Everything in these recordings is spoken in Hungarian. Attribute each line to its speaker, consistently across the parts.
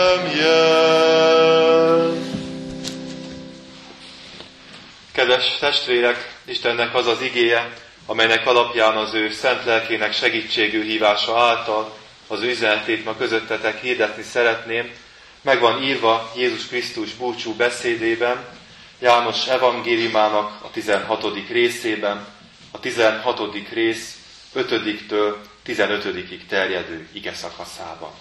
Speaker 1: nem jön. Kedves testvérek, Istennek az az igéje, amelynek alapján az ő szent lelkének segítségű hívása által az ő üzenetét ma közöttetek hirdetni szeretném, meg van írva Jézus Krisztus búcsú beszédében, János evangéliumának a 16. részében, a 16. rész 5-től 15-ig terjedő igeszakaszában.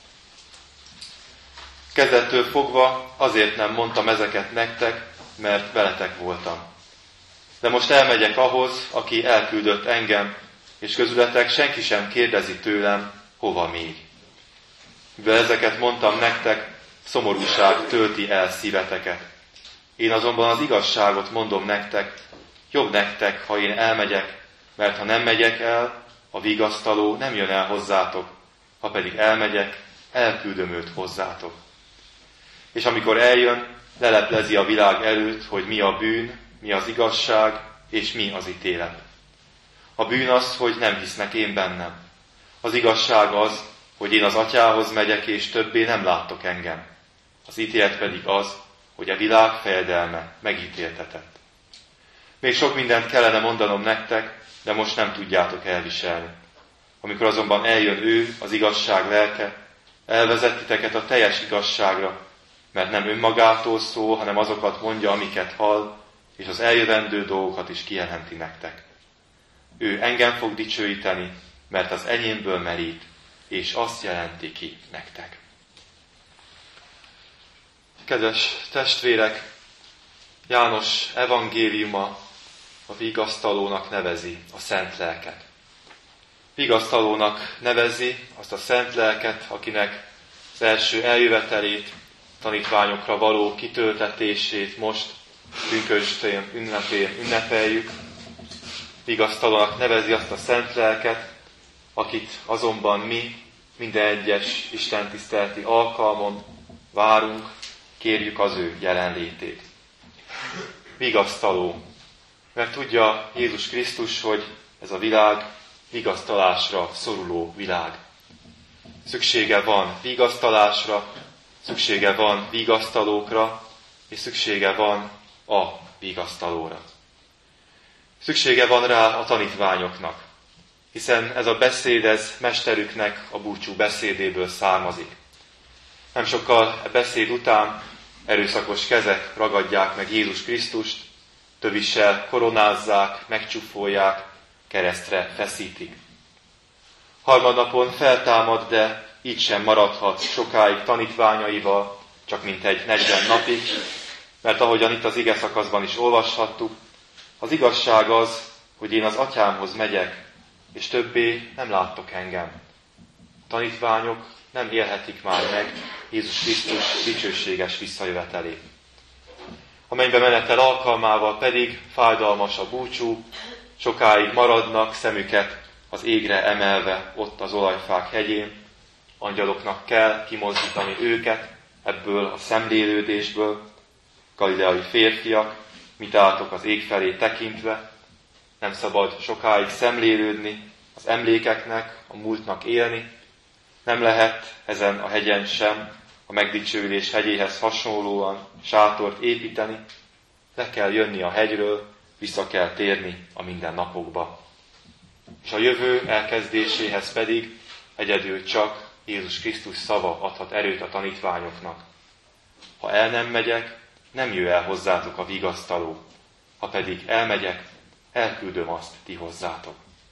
Speaker 1: Kezdettől fogva azért nem mondtam ezeket nektek, mert veletek voltam. De most elmegyek ahhoz, aki elküldött engem, és közületek senki sem kérdezi tőlem, hova még. Mivel ezeket mondtam nektek, szomorúság tölti el szíveteket. Én azonban az igazságot mondom nektek, jobb nektek, ha én elmegyek, mert ha nem megyek el, a vigasztaló nem jön el hozzátok, ha pedig elmegyek, elküldöm őt hozzátok. És amikor eljön, leleplezi a világ előtt, hogy mi a bűn, mi az igazság, és mi az ítélet. A bűn az, hogy nem hisznek én bennem. Az igazság az, hogy én az Atyához megyek, és többé nem láttok engem. Az ítélet pedig az, hogy a világ fejedelme megítéltetett. Még sok mindent kellene mondanom nektek, de most nem tudjátok elviselni. Amikor azonban eljön ő, az igazság lelke, elvezet titeket a teljes igazságra, mert nem önmagától szól, hanem azokat mondja, amiket hall, és az eljövendő dolgokat is kijelenti nektek. Ő engem fog dicsőíteni, mert az enyémből merít, és azt jelenti ki nektek. Kedves testvérek, János evangéliuma a vigasztalónak nevezi a Szent Lelket. Vigasztalónak nevezi azt a Szent Lelket, akinek az első eljövetelét, tanítványokra való kitöltetését most pünkösdjén ünnepén ünnepeljük. Vigasztalónak nevezi azt a Szent Lelket, akit azonban mi minden egyes istentiszteleti alkalmon várunk, kérjük az ő jelenlétét. Vigasztaló, mert tudja Jézus Krisztus, hogy ez a világ vigasztalásra szoruló világ. Szüksége van vigasztalásra, szüksége van vigasztalókra, és szüksége van a vigasztalóra. Szüksége van rá a tanítványoknak, hiszen ez a beszéd, ez mesterüknek a búcsú beszédéből származik. Nem sokkal a beszéd után erőszakos kezek ragadják meg Jézus Krisztust, tövissel koronázzák, megcsúfolják, keresztre feszítik. Harmadnapon feltámad, de így sem maradhat sokáig tanítványaival, csak mintegy 40 napig, mert ahogyan itt az ige szakaszban is olvashattuk, az igazság az, hogy én az Atyámhoz megyek, és többé nem láttok engem. A tanítványok nem élhetik már meg Jézus Krisztus dicsőséges visszajövetelét. A mennybe menetel alkalmával pedig fájdalmas a búcsú, sokáig maradnak szemüket az égre emelve ott az olajfák hegyén, angyaloknak kell kimozdítani őket ebből a szemlélődésből, galileai férfiak, mit álltok az ég felé tekintve, nem szabad sokáig szemlélődni az emlékeknek, a múltnak élni, nem lehet ezen a hegyen sem a megdicsőülés hegyéhez hasonlóan sátort építeni, le kell jönni a hegyről, vissza kell térni a mindennapokba. És a jövő elkezdéséhez pedig egyedül csak Jézus Krisztus szava adhat erőt a tanítványoknak. Ha el nem megyek, nem jöjj el hozzátok a vigasztaló, ha pedig elmegyek, elküldöm azt ti hozzátok.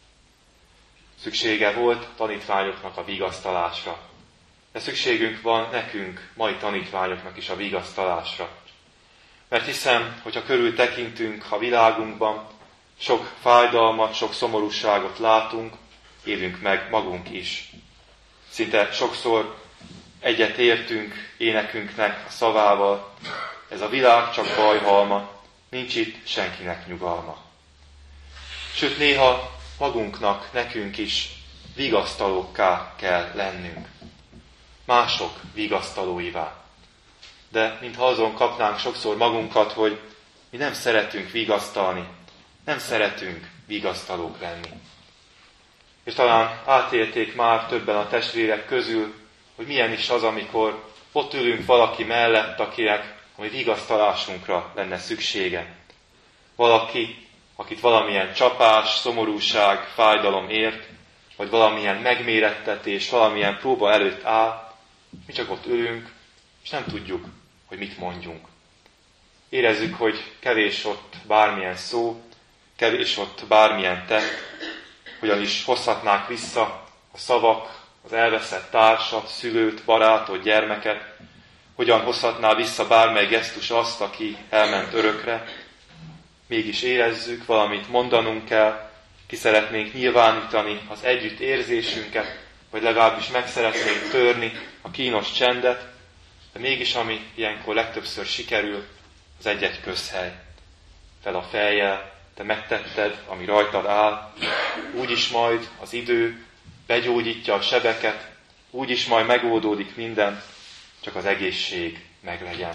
Speaker 1: Szüksége volt tanítványoknak a vigasztalásra, de szükségünk van nekünk, mai tanítványoknak is a vigasztalásra. Mert hiszem, hogyha körül tekintünk a világunkban, sok fájdalmat, sok szomorúságot látunk, élünk meg magunk is. Szinte sokszor egyet értünk énekünknek a szavával, ez a világ csak bajhalma, nincs itt senkinek nyugalma. Sőt, néha magunknak, nekünk is vigasztalókká kell lennünk. Mások vigasztalóivá. De mintha azon kapnánk sokszor magunkat, hogy mi nem szeretünk vigasztalni, nem szeretünk vigasztalók lenni. És talán átélték már többen a testvérek közül, hogy milyen is az, amikor ott ülünk valaki mellett, akinek a mi vigasztalásunkra lenne szüksége. Valaki, akit valamilyen csapás, szomorúság, fájdalom ért, vagy valamilyen megmérettetés, valamilyen próba előtt áll, mi csak ott ülünk, és nem tudjuk, hogy mit mondjunk. Érezzük, hogy kevés ott bármilyen szó, kevés ott bármilyen tett, hogyan is hozhatnák vissza a szavak, az elveszett társat, szülőt, barátot, gyermeket, hogyan hozhatná vissza bármely gesztus azt, aki elment örökre. Mégis érezzük, valamit mondanunk kell, ki szeretnénk nyilvánítani az együttérzésünket, vagy legalábbis meg szeretnénk törni a kínos csendet, de mégis ami ilyenkor legtöbbször sikerül, az egy-egy közhely. Fel a fejjel, te megtetted, ami rajtad áll, úgyis majd az idő begyógyítja a sebeket, úgyis majd megoldódik minden, csak az egészség meglegyen.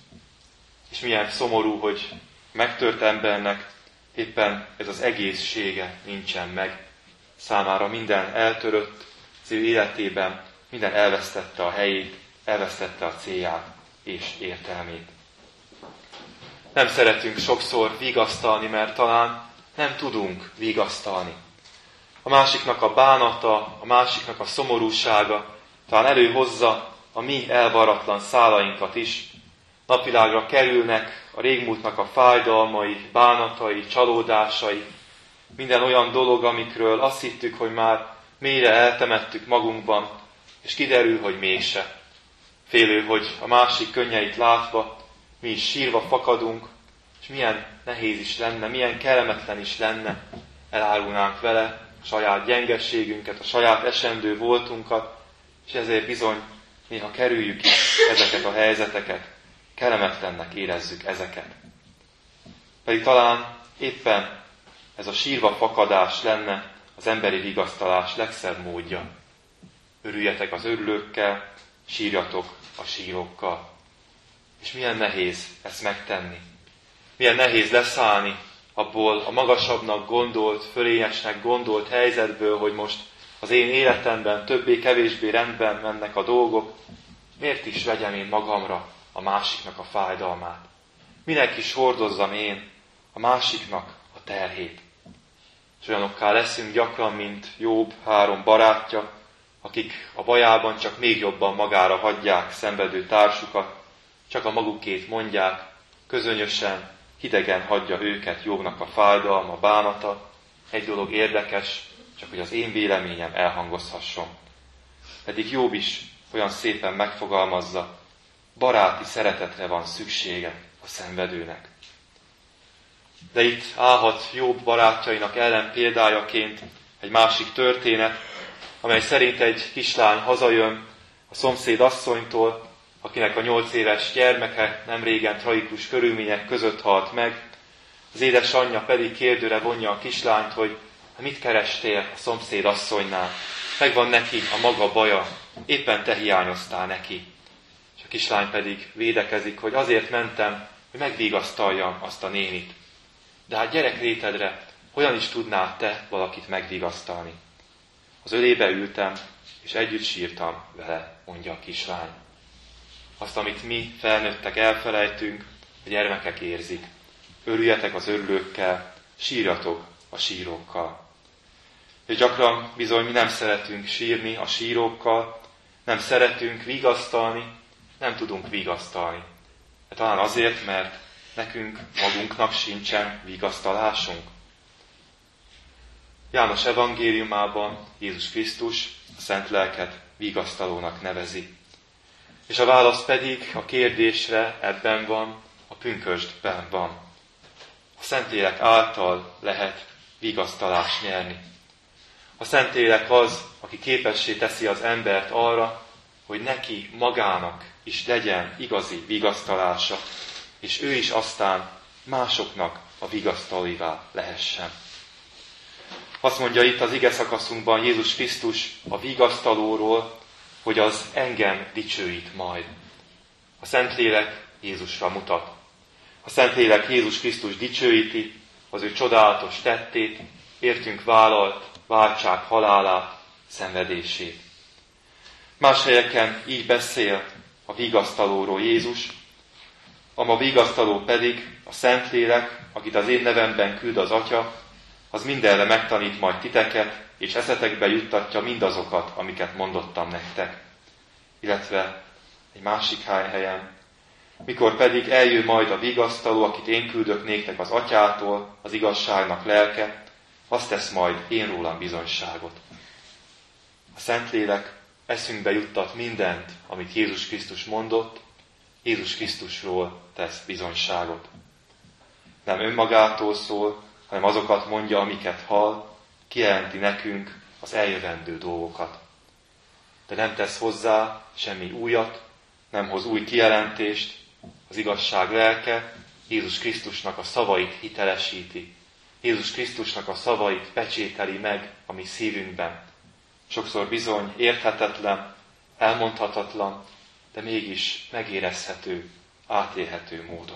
Speaker 1: És milyen szomorú, hogy megtört embernek éppen ez az egészsége nincsen meg. Számára minden eltörött, az ő életében minden elvesztette a helyét, elvesztette a célját és értelmét. Nem szeretünk sokszor vigasztalni, mert talán nem tudunk vigasztalni. A másiknak a bánata, a másiknak a szomorúsága talán előhozza a mi elvarratlan szálainkat is. Napvilágra kerülnek a régmúltnak a fájdalmai, bánatai, csalódásai, minden olyan dolog, amikről azt hittük, hogy már mélyre eltemettük magunkban, és kiderül, hogy mégse. Félő, hogy a másik könnyeit látva mi is sírva fakadunk, és milyen nehéz is lenne, milyen kellemetlen is lenne, elárulnánk vele a saját gyengességünket, a saját esendő voltunkat, és ezért bizony néha kerüljük is ezeket a helyzeteket, kellemetlennek érezzük ezeket. Pedig talán éppen ez a sírva fakadás lenne az emberi vigasztalás legszebb módja. Örüljetek az örülőkkel, sírjatok a sírókkal. És milyen nehéz ezt megtenni. Milyen nehéz leszállni abból a magasabbnak gondolt, fölényesnek gondolt helyzetből, hogy most az én életemben többé-kevésbé rendben mennek a dolgok. Miért is vegyem én magamra a másiknak a fájdalmát? Minek is hordozzam én a másiknak a terhét? És olyanokká leszünk gyakran, mint Jobb 3 barátja, akik a bajában csak még jobban magára hagyják szenvedő társukat, csak a magukét mondják, közönösen, hidegen hagyja őket Jobbnak a fájdalma, bánata. Egy dolog érdekes, csak hogy az én véleményem elhangozhasson. Pedig Jobb is olyan szépen megfogalmazza, baráti szeretetre van szüksége a szenvedőnek. De itt állhat Jobb barátjainak ellen példájaként egy másik történet, amely szerint egy kislány hazajön a szomszéd asszonytól, akinek a 8 éves gyermeke nemrégen tragikus körülmények között halt meg. Az édesanyja pedig kérdőre vonja a kislányt, hogy mit kerestél a szomszéd asszonynál? Megvan neki a maga baja, éppen te hiányoztál neki. És a kislány pedig védekezik, hogy azért mentem, hogy megvigasztaljam azt a nénit. De hát gyerekrétedre hogyan is tudnál te valakit megvigasztalni? Az ölébe ültem, és együtt sírtam vele, mondja a kislány. Azt, amit mi felnőttek elfelejtünk, a gyermekek érzik. Örüljetek az örülőkkel, sírjatok a sírókkal. És gyakran bizony mi nem szeretünk sírni a sírókkal, nem szeretünk vigasztalni, nem tudunk vigasztalni. De talán azért, mert nekünk magunknak sincsen vigasztalásunk. János evangéliumában Jézus Krisztus a Szent Lelket vigasztalónak nevezi. És a válasz pedig a kérdésre ebben van, a pünkösdben van. A Szentlélek által lehet vigasztalást nyerni. A Szentlélek az, aki képessé teszi az embert arra, hogy neki magának is legyen igazi vigasztalása, és ő is aztán másoknak a vigasztalóivá lehessen. Azt mondja itt az ige szakaszunkban Jézus Krisztus a vigasztalóról, hogy az engem dicsőít majd. A Szentlélek Jézusra mutat. A Szentlélek Jézus Krisztus dicsőíti az ő csodálatos tettét, értünk vállalt váltság halálát, szenvedését. Más helyeken így beszél a vigasztalóról Jézus, a vigasztaló pedig a Szentlélek, akit az én nevemben küld az Atya, az mindenre megtanít majd titeket, és eszetekbe juttatja mindazokat, amiket mondottam nektek. Illetve egy másik helyen, mikor pedig eljön majd a vigasztaló, akit én küldök néktek az Atyától, az igazságnak lelke, azt tesz majd én rólam bizonyságot. A Szentlélek eszünkbe juttat mindent, amit Jézus Krisztus mondott, Jézus Krisztusról tesz bizonyságot. Nem önmagától szól, hanem azokat mondja, amiket hall, kijelenti nekünk az eljövendő dolgokat. De nem tesz hozzá semmi újat, nem hoz új kijelentést, az igazság lelke Jézus Krisztusnak a szavait hitelesíti. Jézus Krisztusnak a szavait pecsételi meg a mi szívünkben. Sokszor bizony érthetetlen, elmondhatatlan, de mégis megérezhető, átélhető módon.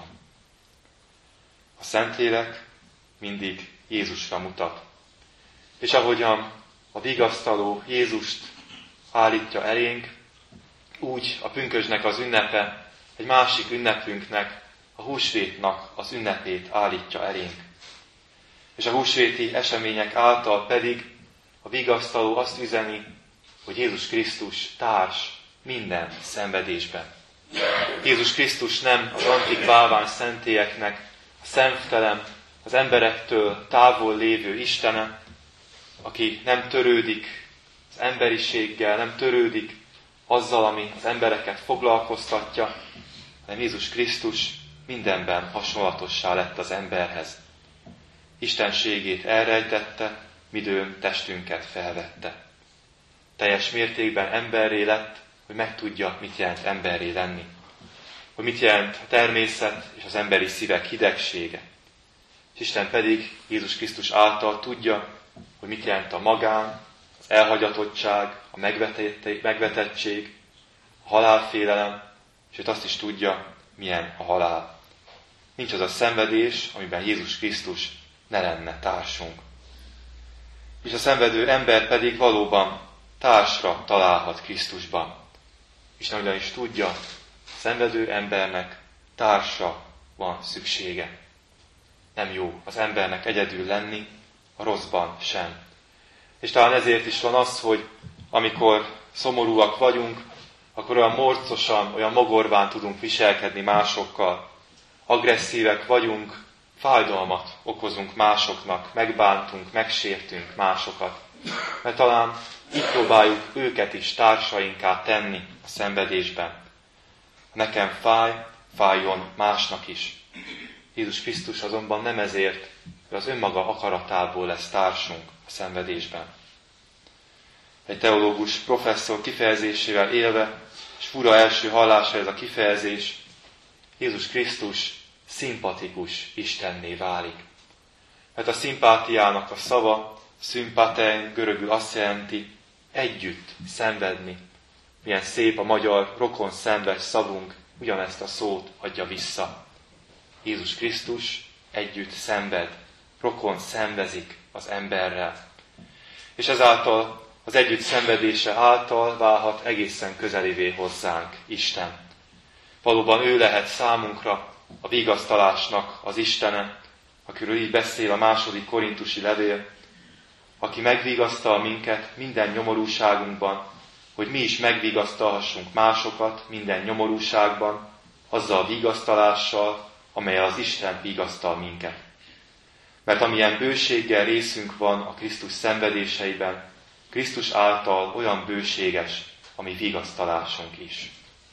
Speaker 1: A Szentlélek mindig Jézusra mutat. És ahogyan a vigasztaló Jézust állítja elénk, úgy a pünkösdnek az ünnepe egy másik ünnepünknek, a húsvétnak az ünnepét állítja elénk. És a húsvéti események által pedig a vigasztaló azt üzeni, hogy Jézus Krisztus társ minden szenvedésben. Jézus Krisztus nem az antik bálvány szentélyeknek a szemtelen, az emberektől távol lévő Istene, aki nem törődik az emberiséggel, nem törődik azzal, ami az embereket foglalkoztatja, hanem Jézus Krisztus mindenben hasonlatossá lett az emberhez. Istenségét elrejtette, midőn testünket felvette. Teljes mértékben emberré lett, hogy megtudja, mit jelent emberré lenni. Hogy mit jelent a természet és az emberi szívek hidegsége. És Isten pedig Jézus Krisztus által tudja, hogy mit jelent a magán, az elhagyatottság, a megvetettség, a halálfélelem, és azt is tudja, milyen a halál. Nincs az a szenvedés, amiben Jézus Krisztus ne lenne társunk. És a szenvedő ember pedig valóban társra találhat Krisztusban. Isten ugyanis tudja, a szenvedő embernek társra van szüksége. Nem jó az embernek egyedül lenni, a rosszban sem. És talán ezért is van az, hogy amikor szomorúak vagyunk, akkor olyan morcosan, olyan mogorván tudunk viselkedni másokkal. Agresszívek vagyunk, fájdalmat okozunk másoknak, megbántunk, megsértünk másokat. Mert talán így próbáljuk őket is társainká tenni a szenvedésben. Nekem fáj, fájjon másnak is. Jézus Krisztus azonban nem ezért, hogy az önmaga akaratából lesz társunk a szenvedésben. Egy teológus professzor kifejezésével élve, és fura első hallásra ez a kifejezés, Jézus Krisztus szimpatikus Istenné válik. Mert a szimpátiának a szava, szimpatein görögül azt jelenti, együtt szenvedni. Milyen szép a magyar rokon szenves szavunk, ugyanezt a szót adja vissza. Jézus Krisztus együtt szenved, rokon szenvezik az emberrel. És ezáltal az együtt szenvedése által válhat egészen közelévé hozzánk Isten. Valóban ő lehet számunkra a vigasztalásnak az Istene, akiről így beszél a 2. Korintusi levél, aki megvigasztal minket minden nyomorúságunkban, hogy mi is megvigasztalhassunk másokat minden nyomorúságban, azzal a vigasztalással, amellyel az Isten vigasztal minket. Mert amilyen bőséggel részünk van a Krisztus szenvedéseiben, Krisztus által olyan bőséges a mi vigasztalásunk is.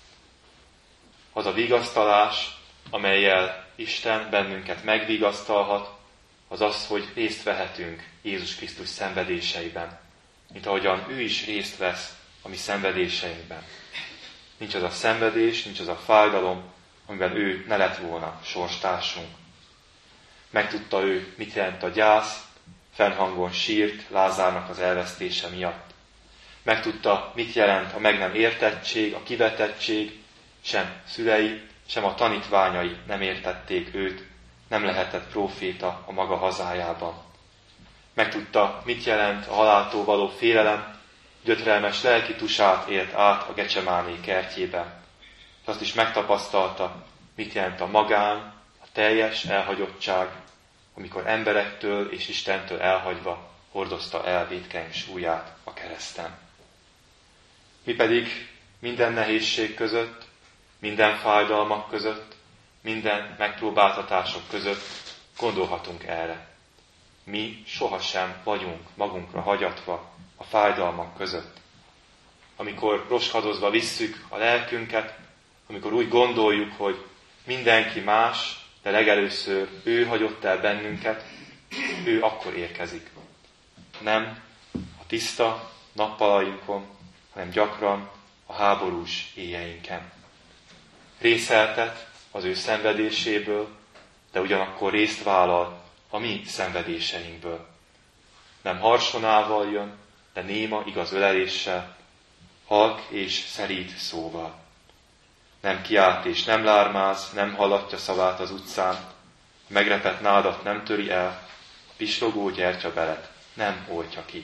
Speaker 1: Az a vigasztalás, amellyel Isten bennünket megvigasztalhat, az az, hogy részt vehetünk Jézus Krisztus szenvedéseiben, mint ahogyan ő is részt vesz a mi szenvedéseinkben. Nincs az a szenvedés, nincs az a fájdalom, amiben ő ne lett volna sorstársunk. Megtudta ő, mit jelent a gyász, fennhangon sírt Lázárnak az elvesztése miatt. Megtudta, mit jelent a meg nem értettség, a kivetettség, sem szülei, sem a tanítványai nem értették őt, nem lehetett próféta a maga hazájában. Megtudta, mit jelent a haláltól való félelem, gyötrelmes lelki tusát élt át a Gecsemáné kertjében. és azt is megtapasztalta, mit jelent a magán, a teljes elhagyottság, amikor emberektől és Istentől elhagyva hordozta el vétkeim súlyát a kereszten. Mi pedig minden nehézség között, minden fájdalmak között, minden megpróbáltatások között gondolhatunk erre. Mi sohasem vagyunk magunkra hagyatva a fájdalmak között. Amikor roskadozva visszük a lelkünket, amikor úgy gondoljuk, hogy mindenki más, de legelőször ő hagyott el bennünket, ő akkor érkezik. Nem a tiszta nappalainkon, hanem gyakran a háborús éjjeinken. Részeltet az ő szenvedéséből, de ugyanakkor részt vállal a mi szenvedéseinkből. Nem harsonával jön, de néma igaz öleléssel, halk és szerít szóval. Nem kiált és nem lármáz, nem hallatja szavát az utcán, a megrepett nádat nem töri el, a pislogó gyertyabelet nem oltja ki.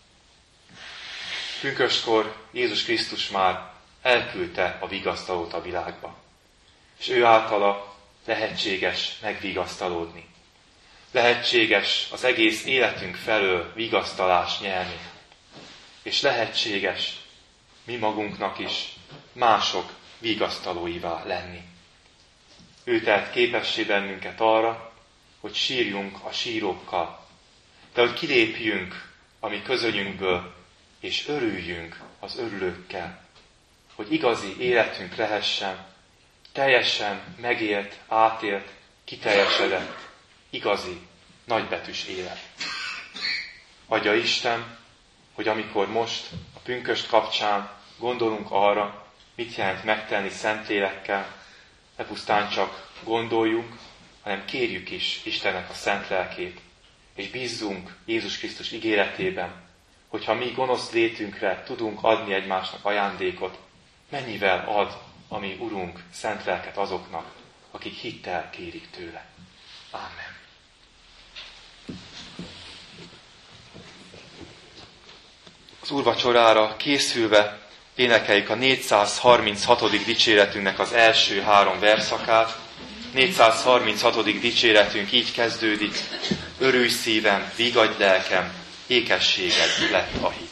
Speaker 1: Pünköstkor Jézus Krisztus már elküldte a vigasztalót a világba, és ő általa lehetséges megvigasztalódni. Lehetséges az egész életünk felől vigasztalást nyerni, és lehetséges mi magunknak is mások vigasztalóivá lenni. Ő tett képessé bennünket arra, hogy sírjunk a sírókkal, de hogy kilépjünk a mi közönyünkből, és örüljünk az örülőkkel, hogy igazi életünk lehessen, teljesen megélt, átélt, kiteljesedett, igazi, nagybetűs élet. Adja Isten, hogy amikor most a pünkösd kapcsán gondolunk arra, mit jelent megtenni Szentlélekkel, ne pusztán csak gondoljunk, hanem kérjük is Istennek a szent lelkét, és bízzunk Jézus Krisztus ígéretében, hogyha mi gonosz létünkre tudunk adni egymásnak ajándékot, mennyivel ad a mi Urunk szent lelket azoknak, akik hittel kérik tőle. Ámen. Az úrvacsorára készülve énekeljük a 436. dicséretünknek az első 3 verszakát. 436. dicséretünk így kezdődik: örülj szívem, vigadj lelkem, ékességed lett a hit.